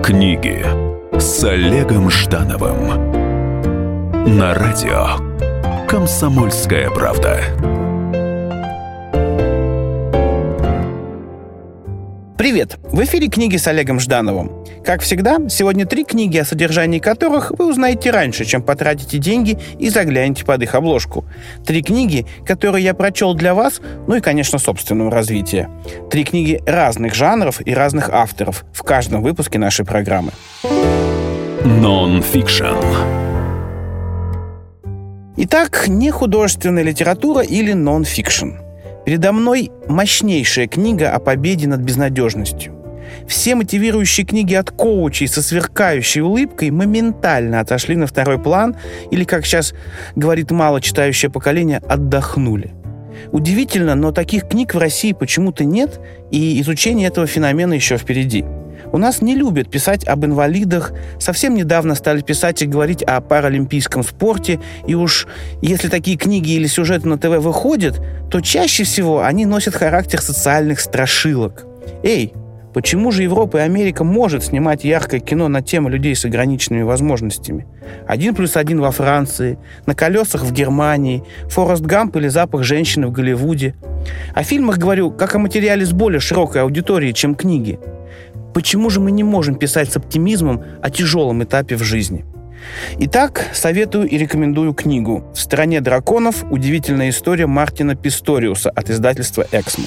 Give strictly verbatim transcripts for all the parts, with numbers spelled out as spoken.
Книги с Олегом Ждановым на радио «Комсомольская правда». Привет! В эфире «Книги с Олегом Ждановым». Как всегда, сегодня три книги, о содержании которых вы узнаете раньше, чем потратите деньги и заглянете под их обложку. Три книги, которые я прочел для вас, ну и, конечно, собственного развития. Три книги разных жанров и разных авторов в каждом выпуске нашей программы. Нон-фикшн. Итак, нехудожественная литература или нон-фикшн. Передо мной мощнейшая книга о победе над безнадежностью. Все мотивирующие книги от коучей со сверкающей улыбкой моментально отошли на второй план или, как сейчас говорит мало читающее поколение, отдохнули. Удивительно, но таких книг в России почему-то нет, и изучение этого феномена еще впереди. У нас не любят писать об инвалидах, совсем недавно стали писать и говорить о паралимпийском спорте, и уж если такие книги или сюжеты на ТВ выходят, то чаще всего они носят характер социальных страшилок. Эй, почему же Европа и Америка может снимать яркое кино на тему людей с ограниченными возможностями? «Один плюс один» во Франции, «На колесах» в Германии, «Форест Гамп» или «Запах женщины» в Голливуде. О фильмах говорю как о материале с более широкой аудиторией, чем книги. Почему же мы не можем писать с оптимизмом о тяжелом этапе в жизни? Итак, советую и рекомендую книгу «В стране драконов. Удивительная история Мартина Писториуса» от издательства «Эксмо».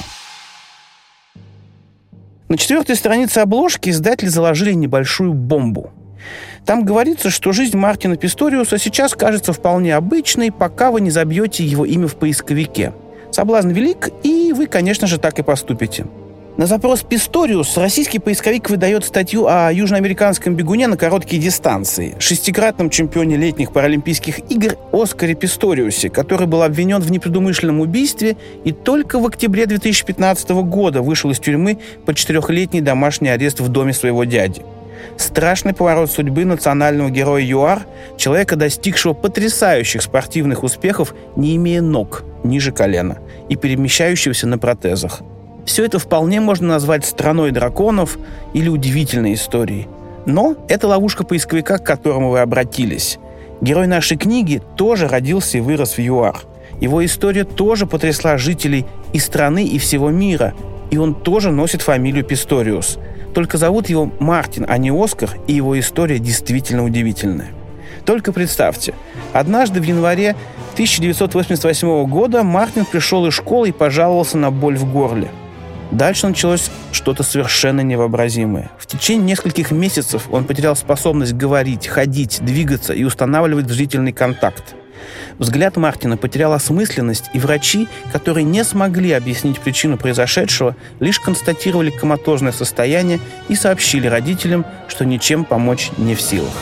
На четвертой странице обложки издатели заложили небольшую бомбу. Там говорится, что жизнь Мартина Писториуса сейчас кажется вполне обычной, пока вы не забьете его имя в поисковике. Соблазн велик, и вы, конечно же, так и поступите. На запрос «Писториус» российский поисковик выдает статью о южноамериканском бегуне на короткие дистанции, шестикратном чемпионе летних паралимпийских игр Оскаре Писториусе, который был обвинен в непредумышленном убийстве и только в октябре две тысячи пятнадцатого года вышел из тюрьмы под четырехлетний домашний арест в доме своего дяди. Страшный поворот судьбы национального героя ЮАР, человека, достигшего потрясающих спортивных успехов, не имея ног ниже колена и перемещающегося на протезах. Все это вполне можно назвать «Страной драконов» или удивительной историей. Но это ловушка поисковика, к которому вы обратились. Герой нашей книги тоже родился и вырос в ЮАР. Его история тоже потрясла жителей и страны, и всего мира. И он тоже носит фамилию Писториус. Только зовут его Мартин, а не Оскар, и его история действительно удивительная. Только представьте, однажды в январе тысяча девятьсот восемьдесят восьмого года Мартин пришел из школы и пожаловался на боль в горле. Дальше началось что-то совершенно невообразимое. В течение нескольких месяцев он потерял способность говорить, ходить, двигаться и устанавливать зрительный контакт. Взгляд Мартина потерял осмысленность, и врачи, которые не смогли объяснить причину произошедшего, лишь констатировали коматозное состояние и сообщили родителям, что ничем помочь не в силах.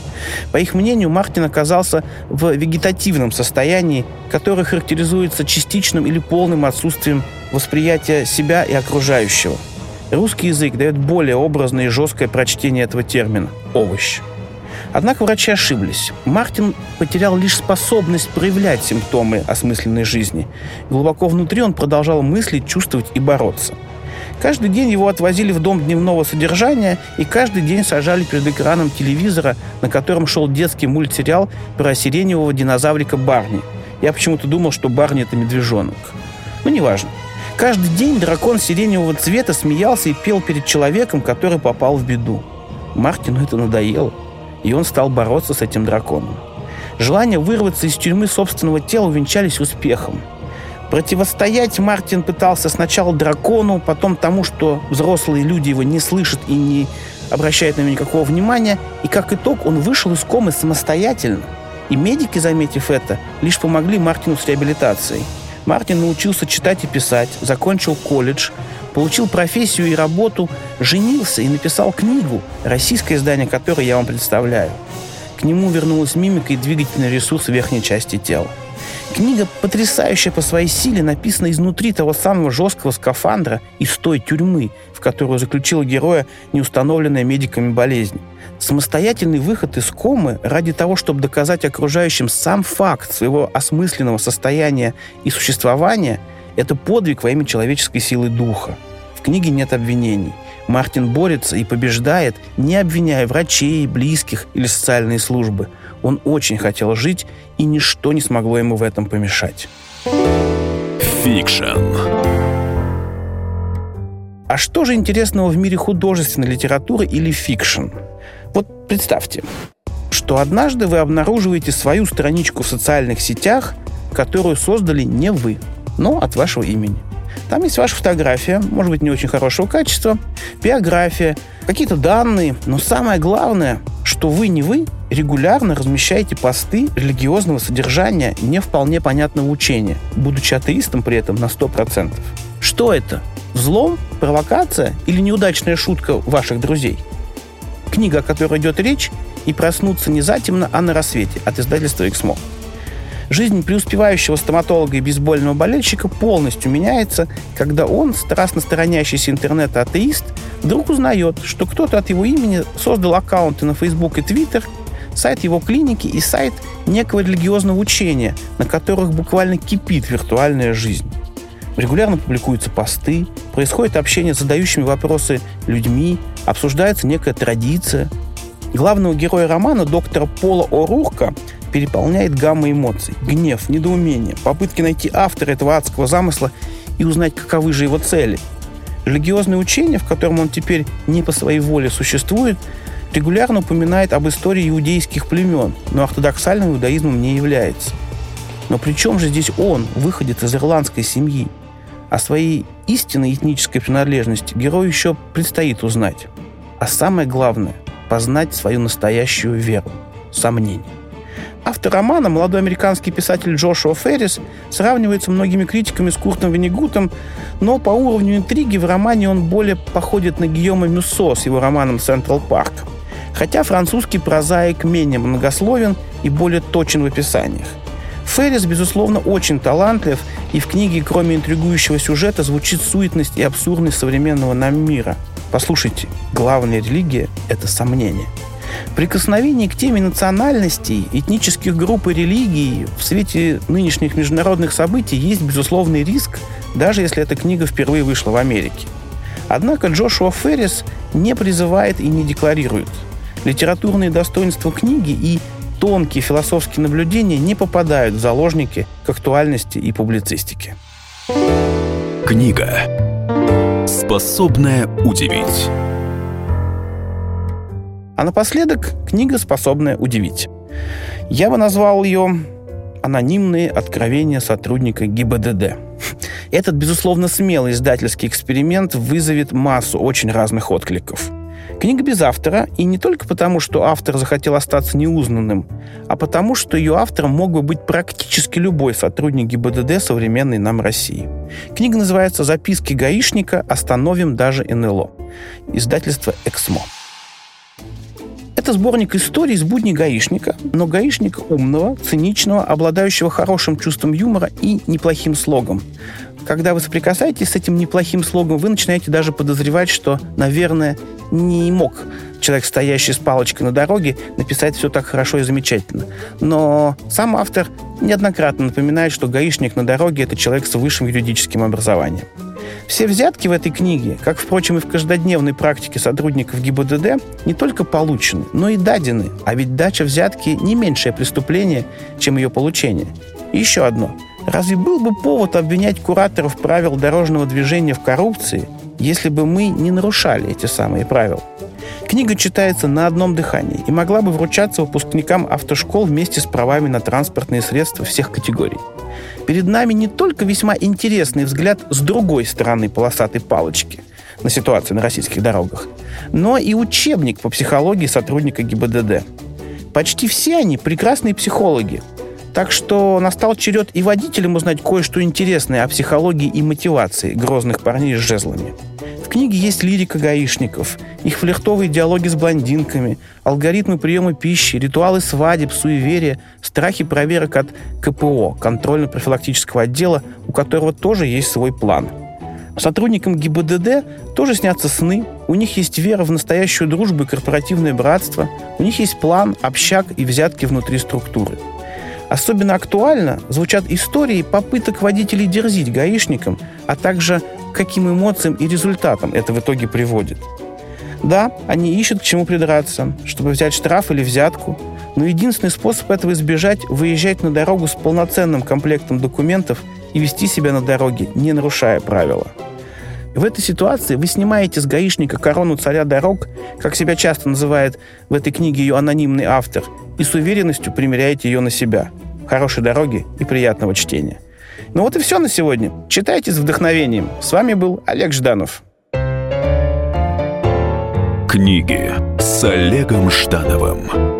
По их мнению, Мартин оказался в вегетативном состоянии, которое характеризуется частичным или полным отсутствием восприятия себя и окружающего. Русский язык дает более образное и жесткое прочтение этого термина – овощ. Однако врачи ошиблись. Мартин потерял лишь способность проявлять симптомы осмысленной жизни. Глубоко внутри он продолжал мыслить, чувствовать и бороться. Каждый день его отвозили в дом дневного содержания и каждый день сажали перед экраном телевизора, на котором шел детский мультсериал про сиреневого динозаврика Барни. Я почему-то думал, что Барни — это медвежонок. Но неважно. Каждый день дракон сиреневого цвета смеялся и пел перед человеком, который попал в беду. Мартину это надоело, и он стал бороться с этим драконом. Желания вырваться из тюрьмы собственного тела увенчались успехом. Противостоять Мартин пытался сначала дракону, потом тому, что взрослые люди его не слышат и не обращают на него никакого внимания, и как итог он вышел из комы самостоятельно. И медики, заметив это, лишь помогли Мартину с реабилитацией. Мартин научился читать и писать, закончил колледж, получил профессию и работу, женился и написал книгу, российское издание которой я вам представляю. К нему вернулась мимика и двигательный ресурс верхней части тела. Книга, потрясающая по своей силе, написана изнутри того самого жесткого скафандра из той тюрьмы, в которую заключила героя неустановленная медиками болезнь. Самостоятельный выход из комы ради того, чтобы доказать окружающим сам факт своего осмысленного состояния и существования – это подвиг во имя человеческой силы духа. В книге нет обвинений. Мартин борется и побеждает, не обвиняя врачей, близких или социальные службы. Он очень хотел жить, и ничто не смогло ему в этом помешать. Фикшн. А что же интересного в мире художественной литературы или фикшн? Вот представьте, что однажды вы обнаруживаете свою страничку в социальных сетях, которую создали не вы, но от вашего имени. Там есть ваша фотография, может быть, не очень хорошего качества, биография, какие-то данные, но самое главное, что вы не вы регулярно размещаете посты религиозного содержания не вполне понятного учения, будучи атеистом при этом на сто процентов. Что это? Взлом, провокация или неудачная шутка ваших друзей? Книга, о которой идет речь, «И проснуться не затемно, а на рассвете» от издательства «Эксмо». Жизнь преуспевающего стоматолога и бейсбольного болельщика полностью меняется, когда он, страстно сторонящийся интернета атеист, вдруг узнает, что кто-то от его имени создал аккаунты на Facebook и Twitter, сайт его клиники и сайт некого религиозного учения, на которых буквально кипит виртуальная жизнь. Регулярно публикуются посты, происходит общение с задающими вопросы людьми, обсуждается некая традиция. Главного героя романа, доктора Пола О'Рурка, переполняет гамма эмоций. Гнев, недоумение, попытки найти автора этого адского замысла и узнать, каковы же его цели. Религиозное учение, в котором он теперь не по своей воле существует, регулярно упоминает об истории иудейских племен, но ортодоксальным иудаизмом не является. Но при чем же здесь он, выходец из ирландской семьи? О своей истинной этнической принадлежности герою еще предстоит узнать. А самое главное – познать свою настоящую веру – сомнение. Автор романа, молодой американский писатель Джошуа Феррис, сравнивается многими критиками с Куртом Воннегутом, но по уровню интриги в романе он более походит на Гийома Мюссо с его романом «Централ Парк». Хотя французский прозаик менее многословен и более точен в описаниях. Феррис, безусловно, очень талантлив, и в книге, кроме интригующего сюжета, звучит суетность и абсурдность современного нам мира. Послушайте, главная религия – это сомнение. Прикосновение к теме национальностей, этнических групп и религий в свете нынешних международных событий есть безусловный риск, даже если эта книга впервые вышла в Америке. Однако Джошуа Феррис не призывает и не декларирует. Литературные достоинства книги и тонкие философские наблюдения не попадают в заложники к актуальности и публицистике. Книга, способная удивить. А напоследок, книга, способная удивить. Я бы назвал ее «Анонимные откровения сотрудника ГИБДД». Этот, безусловно, смелый издательский эксперимент вызовет массу очень разных откликов. Книга без автора, и не только потому, что автор захотел остаться неузнанным, а потому, что ее автором мог бы быть практически любой сотрудник ГИБДД современной нам России. Книга называется «Записки гаишника. Остановим даже эн эл о». Издательство «Эксмо». Это сборник историй из будней гаишника, но гаишника умного, циничного, обладающего хорошим чувством юмора и неплохим слогом. Когда вы соприкасаетесь с этим неплохим слогом, вы начинаете даже подозревать, что, наверное, не мог человек, стоящий с палочкой на дороге, написать все так хорошо и замечательно. Но сам автор неоднократно напоминает, что гаишник на дороге – это человек с высшим юридическим образованием. Все взятки в этой книге, как, впрочем, и в каждодневной практике сотрудников ГИБДД, не только получены, но и дадены. А ведь дача взятки – не меньшее преступление, чем ее получение. И еще одно. Разве был бы повод обвинять кураторов правил дорожного движения в коррупции, если бы мы не нарушали эти самые правила? Книга читается на одном дыхании и могла бы вручаться выпускникам автошкол вместе с правами на транспортные средства всех категорий. Перед нами не только весьма интересный взгляд с другой стороны полосатой палочки на ситуацию на российских дорогах, но и учебник по психологии сотрудника ГИБДД. Почти все они прекрасные психологи, так что настал черед и водителям узнать кое-что интересное о психологии и мотивации грозных парней с жезлами. В книге есть лирика гаишников, их флиртовые диалоги с блондинками, алгоритмы приема пищи, ритуалы свадеб, суеверия, страхи проверок от ка пэ о, контрольно-профилактического отдела, у которого тоже есть свой план. Сотрудникам ГИБДД тоже снятся сны, у них есть вера в настоящую дружбу и корпоративное братство, у них есть план, общак и взятки внутри структуры. Особенно актуально звучат истории попыток водителей дерзить гаишникам, а также к каким эмоциям и результатам это в итоге приводит. Да, они ищут к чему придраться, чтобы взять штраф или взятку, но единственный способ этого избежать – выезжать на дорогу с полноценным комплектом документов и вести себя на дороге, не нарушая правила. В этой ситуации вы снимаете с гаишника корону царя дорог, как себя часто называет в этой книге ее анонимный автор, и с уверенностью примеряете ее на себя. Хорошей дороги и приятного чтения. Ну вот и все на сегодня. Читайте с вдохновением. С вами был Олег Жданов. Книги с Олегом Ждановым.